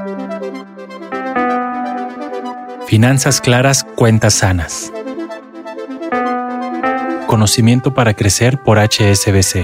Finanzas claras, cuentas sanas. Conocimiento para crecer por HSBC.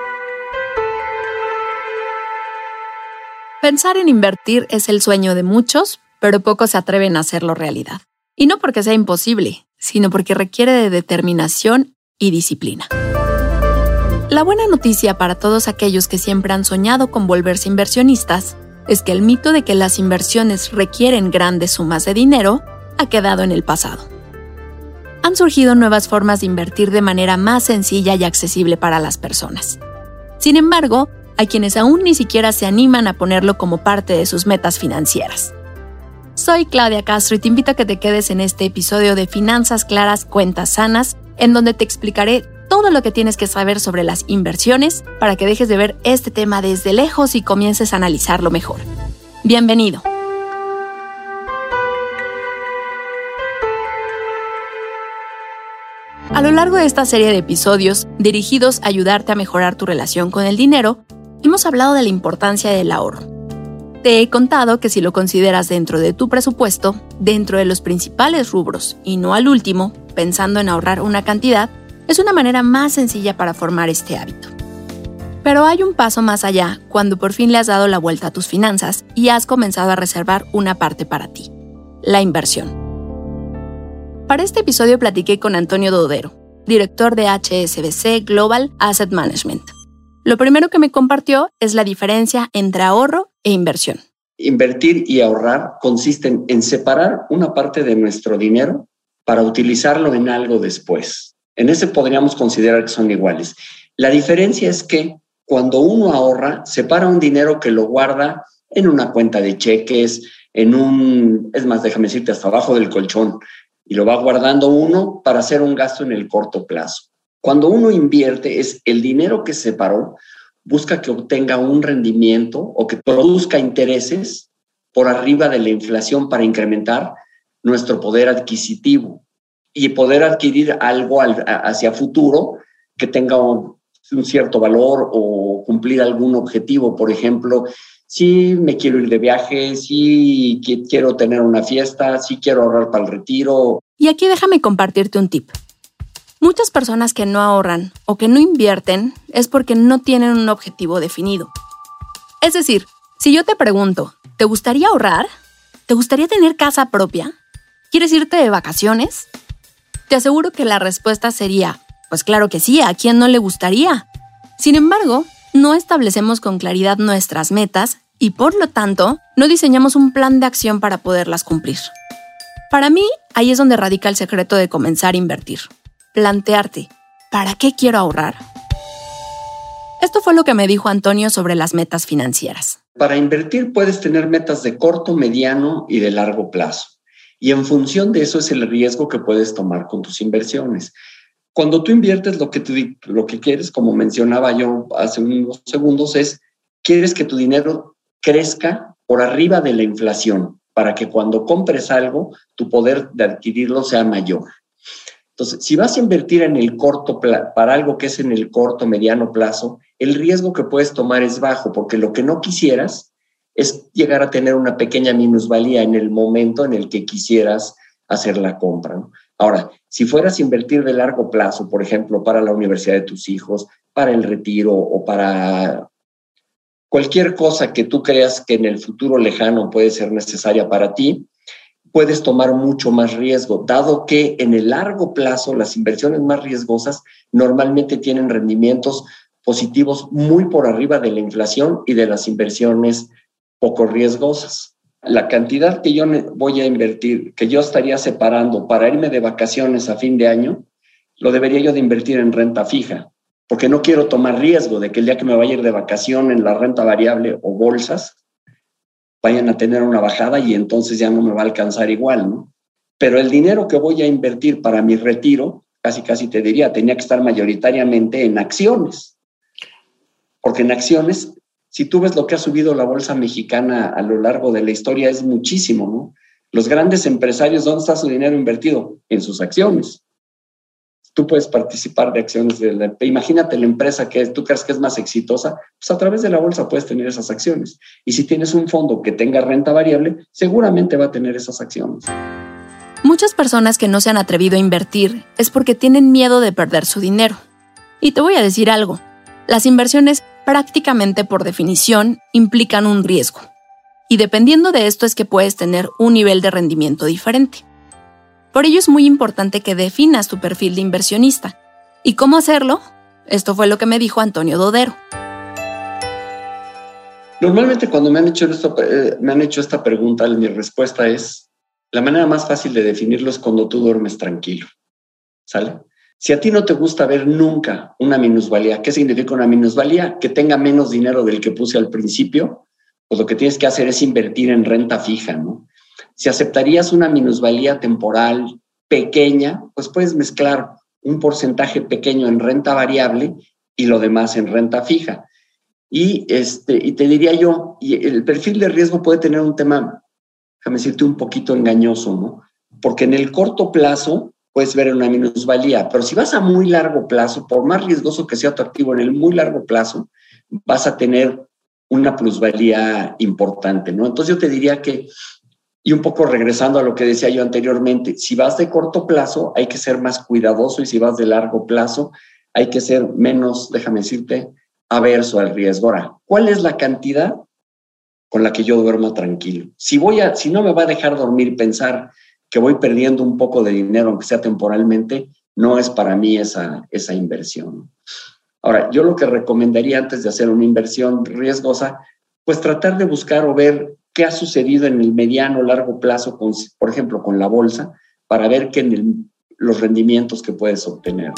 Pensar en invertir es el sueño de muchos, pero pocos se atreven a hacerlo realidad. Y no porque sea imposible, sino porque requiere de determinación y disciplina. La buena noticia para todos aquellos que siempre han soñado con volverse inversionistas es que el mito de que las inversiones requieren grandes sumas de dinero ha quedado en el pasado. Han surgido nuevas formas de invertir de manera más sencilla y accesible para las personas. Sin embargo, hay quienes aún ni siquiera se animan a ponerlo como parte de sus metas financieras. Soy Claudia Castro y te invito a que te quedes en este episodio de Finanzas Claras, Cuentas Sanas, en donde te explicaré todo lo que tienes que saber sobre las inversiones para que dejes de ver este tema desde lejos y comiences a analizarlo mejor. Bienvenido. A lo largo de esta serie de episodios, dirigidos a ayudarte a mejorar tu relación con el dinero, hemos hablado de la importancia del ahorro. Te he contado que si lo consideras dentro de tu presupuesto, dentro de los principales rubros y no al último, pensando en ahorrar una cantidad, es una manera más sencilla para formar este hábito. Pero hay un paso más allá cuando por fin le has dado la vuelta a tus finanzas y has comenzado a reservar una parte para ti: la inversión. Para este episodio platiqué con Antonio Dodero, director de HSBC Global Asset Management. Lo primero que me compartió es la diferencia entre ahorro e inversión. Invertir y ahorrar consisten en separar una parte de nuestro dinero para utilizarlo en algo después. En ese podríamos considerar que son iguales. La diferencia es que cuando uno ahorra, separa un dinero que lo guarda en una cuenta de cheques, es más, déjame decirte, hasta abajo del colchón, y lo va guardando uno para hacer un gasto en el corto plazo. Cuando uno invierte, es el dinero que separó, busca que obtenga un rendimiento o que produzca intereses por arriba de la inflación para incrementar nuestro poder adquisitivo y poder adquirir algo hacia futuro que tenga un cierto valor o cumplir algún objetivo. Por ejemplo, si me quiero ir de viaje, si quiero tener una fiesta, si quiero ahorrar para el retiro. Y aquí déjame compartirte un tip. Muchas personas que no ahorran o que no invierten es porque no tienen un objetivo definido. Es decir, si yo te pregunto, ¿te gustaría ahorrar? ¿Te gustaría tener casa propia? ¿Quieres irte de vacaciones? Te aseguro que la respuesta sería, pues claro que sí, ¿a quién no le gustaría? Sin embargo, no establecemos con claridad nuestras metas y, por lo tanto, no diseñamos un plan de acción para poderlas cumplir. Para mí, ahí es donde radica el secreto de comenzar a invertir. Plantearte, ¿para qué quiero ahorrar? Esto fue lo que me dijo Antonio sobre las metas financieras. Para invertir puedes tener metas de corto, mediano y de largo plazo. Y en función de eso es el riesgo que puedes tomar con tus inversiones. Cuando tú inviertes, lo que quieres, como mencionaba yo hace unos segundos, quieres que tu dinero crezca por arriba de la inflación para que cuando compres algo, tu poder de adquirirlo sea mayor. Entonces, si vas a invertir para algo que es en el corto, mediano plazo, el riesgo que puedes tomar es bajo, porque lo que no quisieras es llegar a tener una pequeña minusvalía en el momento en el que quisieras hacer la compra, ¿no? Ahora, si fueras a invertir de largo plazo, por ejemplo, para la universidad de tus hijos, para el retiro o para cualquier cosa que tú creas que en el futuro lejano puede ser necesaria para ti, puedes tomar mucho más riesgo, dado que en el largo plazo las inversiones más riesgosas normalmente tienen rendimientos positivos muy por arriba de la inflación y de las inversiones poco riesgosas. La cantidad que yo voy a invertir, que yo estaría separando para irme de vacaciones a fin de año, lo debería yo de invertir en renta fija, porque no quiero tomar riesgo de que el día que me vaya a ir de vacación en la renta variable o bolsas vayan a tener una bajada y entonces ya no me va a alcanzar igual, ¿no? Pero el dinero que voy a invertir para mi retiro, casi te diría, tenía que estar mayoritariamente en acciones, porque en acciones, si tú ves lo que ha subido la bolsa mexicana a lo largo de la historia, es muchísimo, ¿no? Los grandes empresarios, ¿dónde está su dinero invertido? En sus acciones. Tú puedes participar de acciones imagínate la empresa que tú crees que es más exitosa, pues a través de la bolsa puedes tener esas acciones. Y si tienes un fondo que tenga renta variable, seguramente va a tener esas acciones. Muchas personas que no se han atrevido a invertir es porque tienen miedo de perder su dinero. Y te voy a decir algo, las inversiones prácticamente por definición implican un riesgo. Y dependiendo de esto es que puedes tener un nivel de rendimiento diferente. Por ello es muy importante que definas tu perfil de inversionista. ¿Y cómo hacerlo? Esto fue lo que me dijo Antonio Dodero. Normalmente cuando me han hecho esta pregunta, mi respuesta es, la manera más fácil de definirlo es cuando tú duermes tranquilo, ¿sale? Si a ti no te gusta ver nunca una minusvalía, ¿qué significa una minusvalía? Que tenga menos dinero del que puse al principio, pues lo que tienes que hacer es invertir en renta fija, ¿no? Si aceptarías una minusvalía temporal pequeña, pues puedes mezclar un porcentaje pequeño en renta variable y lo demás en renta fija. Y te diría yo, y el perfil de riesgo puede tener un tema, déjame decirte, un poquito engañoso, ¿no? Porque en el corto plazo puedes ver una minusvalía, pero si vas a muy largo plazo, por más riesgoso que sea tu activo, en el muy largo plazo vas a tener una plusvalía importante, ¿no? Entonces yo te diría que, y un poco regresando a lo que decía yo anteriormente, si vas de corto plazo hay que ser más cuidadoso y si vas de largo plazo hay que ser menos, déjame decirte, averso al riesgo. Ahora, ¿cuál es la cantidad con la que yo duermo tranquilo? Si no me va a dejar dormir pensar que voy perdiendo un poco de dinero, aunque sea temporalmente, no es para mí esa inversión. Ahora, yo lo que recomendaría antes de hacer una inversión riesgosa, pues tratar de buscar o ver qué ha sucedido en el mediano o largo plazo, por ejemplo, con la bolsa, para ver los rendimientos que puedes obtener.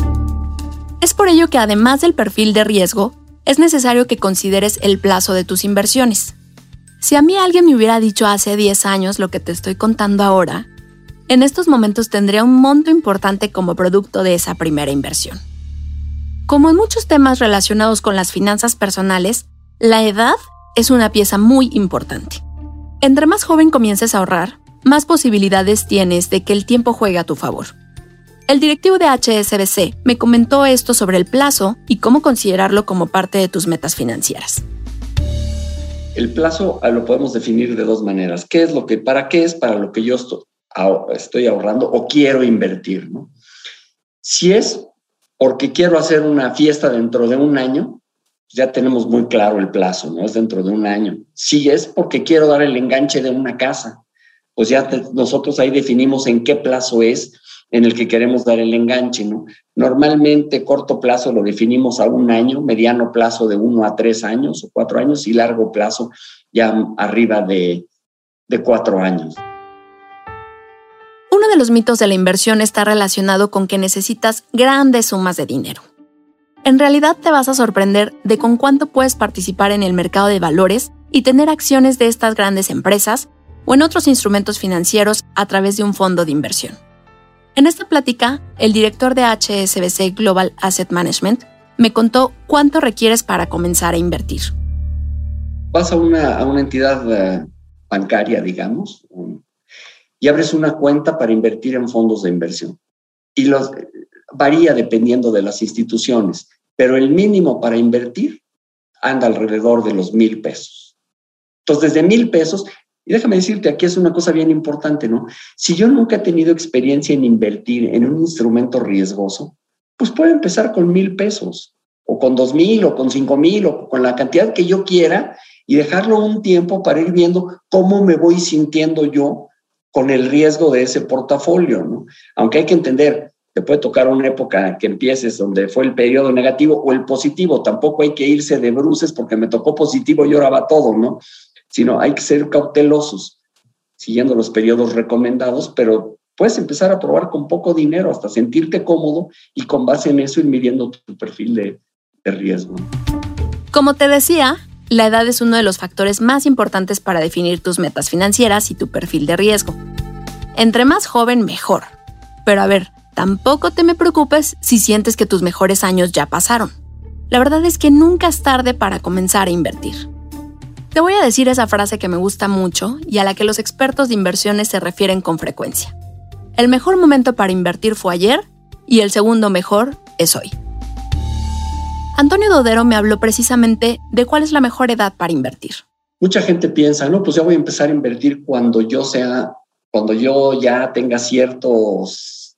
Es por ello que además del perfil de riesgo, es necesario que consideres el plazo de tus inversiones. Si a mí alguien me hubiera dicho hace 10 años lo que te estoy contando ahora, en estos momentos tendría un monto importante como producto de esa primera inversión. Como en muchos temas relacionados con las finanzas personales, la edad es una pieza muy importante. Entre más joven comiences a ahorrar, más posibilidades tienes de que el tiempo juegue a tu favor. El directivo de HSBC me comentó esto sobre el plazo y cómo considerarlo como parte de tus metas financieras. El plazo lo podemos definir de dos maneras. ¿Para qué es para lo que yo estoy ahorrando o quiero invertir, ¿no? Si es porque quiero hacer una fiesta dentro de un año, ya tenemos muy claro el plazo, ¿no? Es dentro de un año. Si es porque quiero dar el enganche de una casa, pues ya nosotros ahí definimos en qué plazo es en el que queremos dar el enganche, ¿no? Normalmente corto plazo lo definimos a un año, mediano plazo de 1 a 3 años o 4 años y largo plazo ya arriba de 4 años. Uno de los mitos de la inversión está relacionado con que necesitas grandes sumas de dinero. En realidad te vas a sorprender de con cuánto puedes participar en el mercado de valores y tener acciones de estas grandes empresas o en otros instrumentos financieros a través de un fondo de inversión. En esta plática, el director de HSBC Global Asset Management me contó cuánto requieres para comenzar a invertir. Vas a una entidad bancaria, digamos, y abres una cuenta para invertir en fondos de inversión. Y varía dependiendo de las instituciones, pero el mínimo para invertir anda alrededor de los 1,000 pesos. Entonces, desde 1,000 pesos, y déjame decirte, aquí es una cosa bien importante, ¿no? Si yo nunca he tenido experiencia en invertir en un instrumento riesgoso, pues puedo empezar con 1,000 pesos, o con 2,000, o con 5,000, o con la cantidad que yo quiera, y dejarlo un tiempo para ir viendo cómo me voy sintiendo yo con el riesgo de ese portafolio, ¿no? Aunque hay que entender, te puede tocar una época que empieces donde fue el periodo negativo o el positivo. Tampoco hay que irse de bruces porque me tocó positivo y ahora va todo, ¿no? Sino hay que ser cautelosos, siguiendo los periodos recomendados, pero puedes empezar a probar con poco dinero hasta sentirte cómodo y con base en eso ir midiendo tu perfil de riesgo. Como te decía, la edad es uno de los factores más importantes para definir tus metas financieras y tu perfil de riesgo. Entre más joven, mejor. Pero a ver, tampoco te me preocupes si sientes que tus mejores años ya pasaron. La verdad es que nunca es tarde para comenzar a invertir. Te voy a decir esa frase que me gusta mucho y a la que los expertos de inversiones se refieren con frecuencia. El mejor momento para invertir fue ayer y el segundo mejor es hoy. Antonio Dodero me habló precisamente de cuál es la mejor edad para invertir. Mucha gente piensa, no, pues ya voy a empezar a invertir cuando yo ya tenga ciertas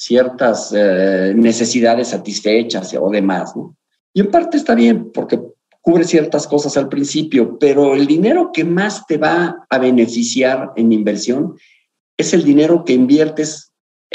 necesidades satisfechas o demás, ¿no? Y en parte está bien, porque cubre ciertas cosas al principio, pero el dinero que más te va a beneficiar en inversión es el dinero que inviertes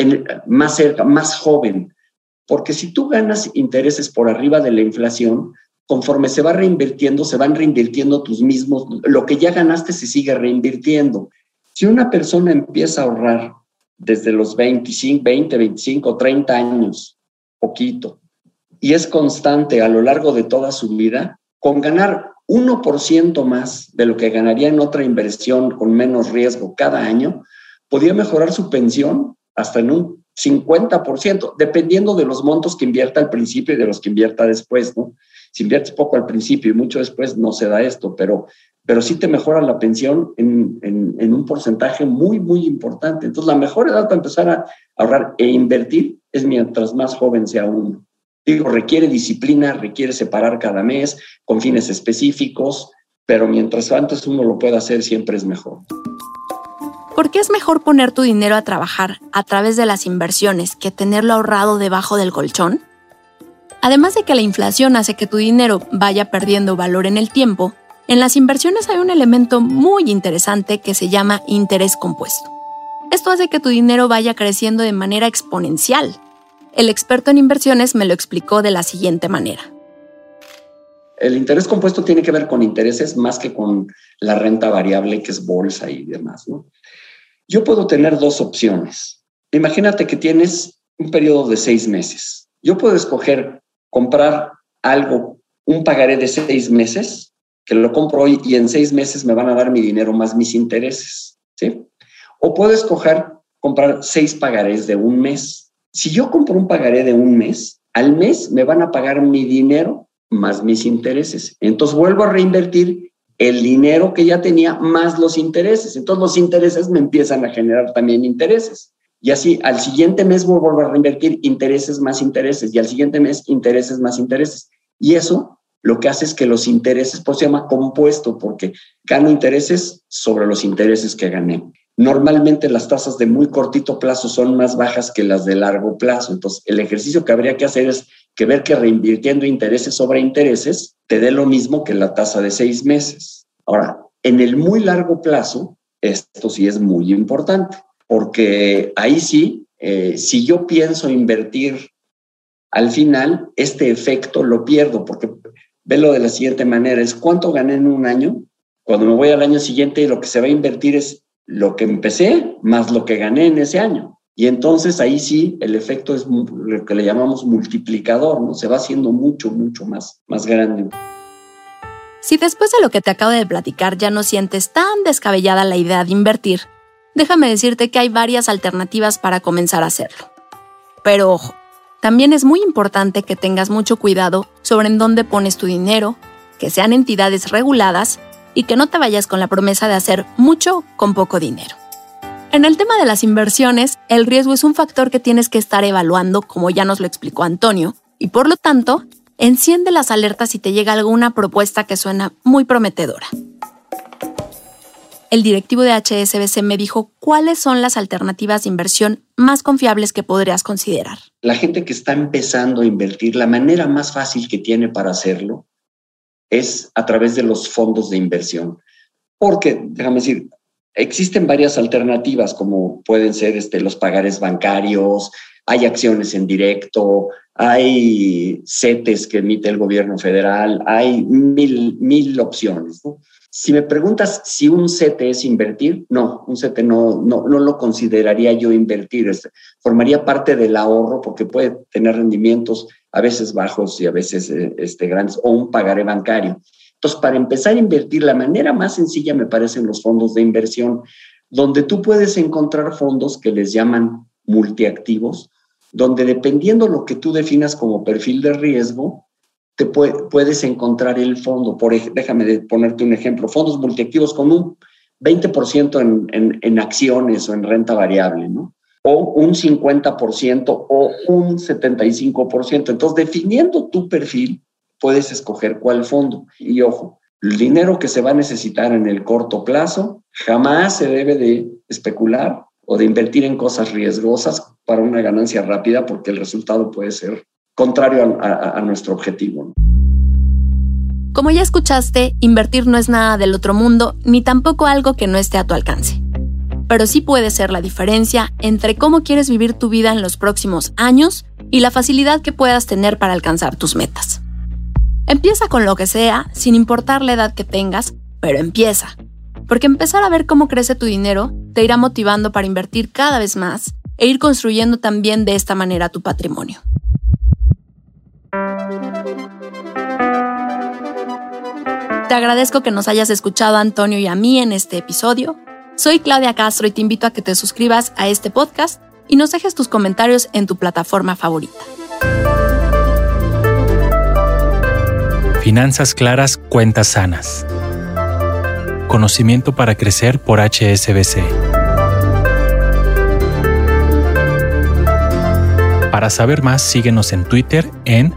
más joven. Porque si tú ganas intereses por arriba de la inflación, conforme se van reinvirtiendo tus mismos, lo que ya ganaste se sigue reinvirtiendo. Si una persona empieza a ahorrar desde los 20, 25, 30 años, poquito, y es constante a lo largo de toda su vida, con ganar 1% más de lo que ganaría en otra inversión con menos riesgo cada año, podría mejorar su pensión hasta en un 50%, dependiendo de los montos que invierta al principio y de los que invierta después, ¿no? Si inviertes poco al principio y mucho después, no se da esto, pero sí te mejora la pensión en un porcentaje muy, muy importante. Entonces, la mejor edad para empezar a ahorrar e invertir es mientras más joven sea uno. Digo, requiere disciplina, requiere separar cada mes con fines específicos, pero mientras antes uno lo pueda hacer, siempre es mejor. ¿Por qué es mejor poner tu dinero a trabajar a través de las inversiones que tenerlo ahorrado debajo del colchón? Además de que la inflación hace que tu dinero vaya perdiendo valor en el tiempo, en las inversiones hay un elemento muy interesante que se llama interés compuesto. Esto hace que tu dinero vaya creciendo de manera exponencial. El experto en inversiones me lo explicó de la siguiente manera. El interés compuesto tiene que ver con intereses más que con la renta variable, que es bolsa y demás, ¿no? Yo puedo tener dos opciones. Imagínate que tienes un periodo de 6 meses. Yo puedo escoger comprar algo, un pagaré de 6 meses, que lo compro hoy y en 6 meses me van a dar mi dinero más mis intereses, ¿sí? O puedo escoger comprar 6 pagarés de un mes. Si yo compro un pagaré de un mes, al mes me van a pagar mi dinero más mis intereses. Entonces vuelvo a reinvertir el dinero que ya tenía más los intereses. Entonces los intereses me empiezan a generar también intereses. Y así al siguiente mes vuelvo a reinvertir intereses más intereses y al siguiente mes intereses más intereses. Y eso lo que hace es que los intereses, por eso se llama compuesto, porque gano intereses sobre los intereses que gané. Normalmente las tasas de muy cortito plazo son más bajas que las de largo plazo. Entonces el ejercicio que habría que hacer es ver que reinvirtiendo intereses sobre intereses te dé lo mismo que la tasa de 6 meses. Ahora, en el muy largo plazo, esto sí es muy importante, porque ahí sí, si yo pienso invertir al final, este efecto lo pierdo, porque velo de la siguiente manera, es cuánto gané en un año. Cuando me voy al año siguiente, lo que se va a invertir es lo que empecé más lo que gané en ese año. Y entonces ahí sí el efecto es lo que le llamamos multiplicador, ¿no? Se va haciendo mucho, mucho más grande. Si después de lo que te acabo de platicar ya no sientes tan descabellada la idea de invertir, déjame decirte que hay varias alternativas para comenzar a hacerlo. Pero ojo, también es muy importante que tengas mucho cuidado sobre en dónde pones tu dinero, que sean entidades reguladas y que no te vayas con la promesa de hacer mucho con poco dinero. En el tema de las inversiones, el riesgo es un factor que tienes que estar evaluando, como ya nos lo explicó Antonio, y por lo tanto, enciende las alertas si te llega alguna propuesta que suena muy prometedora. El directivo de HSBC me dijo cuáles son las alternativas de inversión más confiables que podrías considerar. La gente que está empezando a invertir, la manera más fácil que tiene para hacerlo es a través de los fondos de inversión. Porque, déjame decir, existen varias alternativas, como pueden ser los pagares bancarios, hay acciones en directo, hay CETES que emite el gobierno federal, hay mil opciones, ¿no? Si me preguntas si un CETE es invertir, no, un CETE no lo consideraría yo invertir. Formaría parte del ahorro porque puede tener rendimientos a veces bajos y a veces grandes, o un pagaré bancario. Entonces, para empezar a invertir, la manera más sencilla me parecen los fondos de inversión, donde tú puedes encontrar fondos que les llaman multiactivos, donde dependiendo lo que tú definas como perfil de riesgo, te puedes encontrar el fondo. Déjame ponerte un ejemplo. Fondos multiactivos con un 20% en acciones o en renta variable, ¿no? o un 50% o un 75%. Entonces, definiendo tu perfil, puedes escoger cuál fondo. Y ojo, el dinero que se va a necesitar en el corto plazo jamás se debe de especular o de invertir en cosas riesgosas para una ganancia rápida, porque el resultado puede ser contrario a nuestro objetivo. Como ya escuchaste, invertir no es nada del otro mundo, ni tampoco algo que no esté a tu alcance. Pero sí puede ser la diferencia entre cómo quieres vivir tu vida en los próximos años y la facilidad que puedas tener para alcanzar tus metas. Empieza con lo que sea, sin importar la edad que tengas, pero empieza. Porque empezar a ver cómo crece tu dinero te irá motivando para invertir cada vez más e ir construyendo también de esta manera tu patrimonio. Te agradezco que nos hayas escuchado a Antonio y a mí en este episodio. Soy Claudia Castro y te invito a que te suscribas a este podcast y nos dejes tus comentarios en tu plataforma favorita. Finanzas claras, cuentas sanas. Conocimiento para crecer por HSBC. Para saber más, síguenos en Twitter en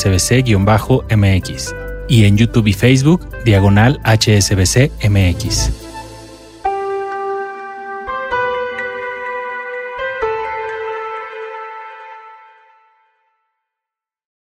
@HSBC_MX y en YouTube y Facebook /HSBC MX.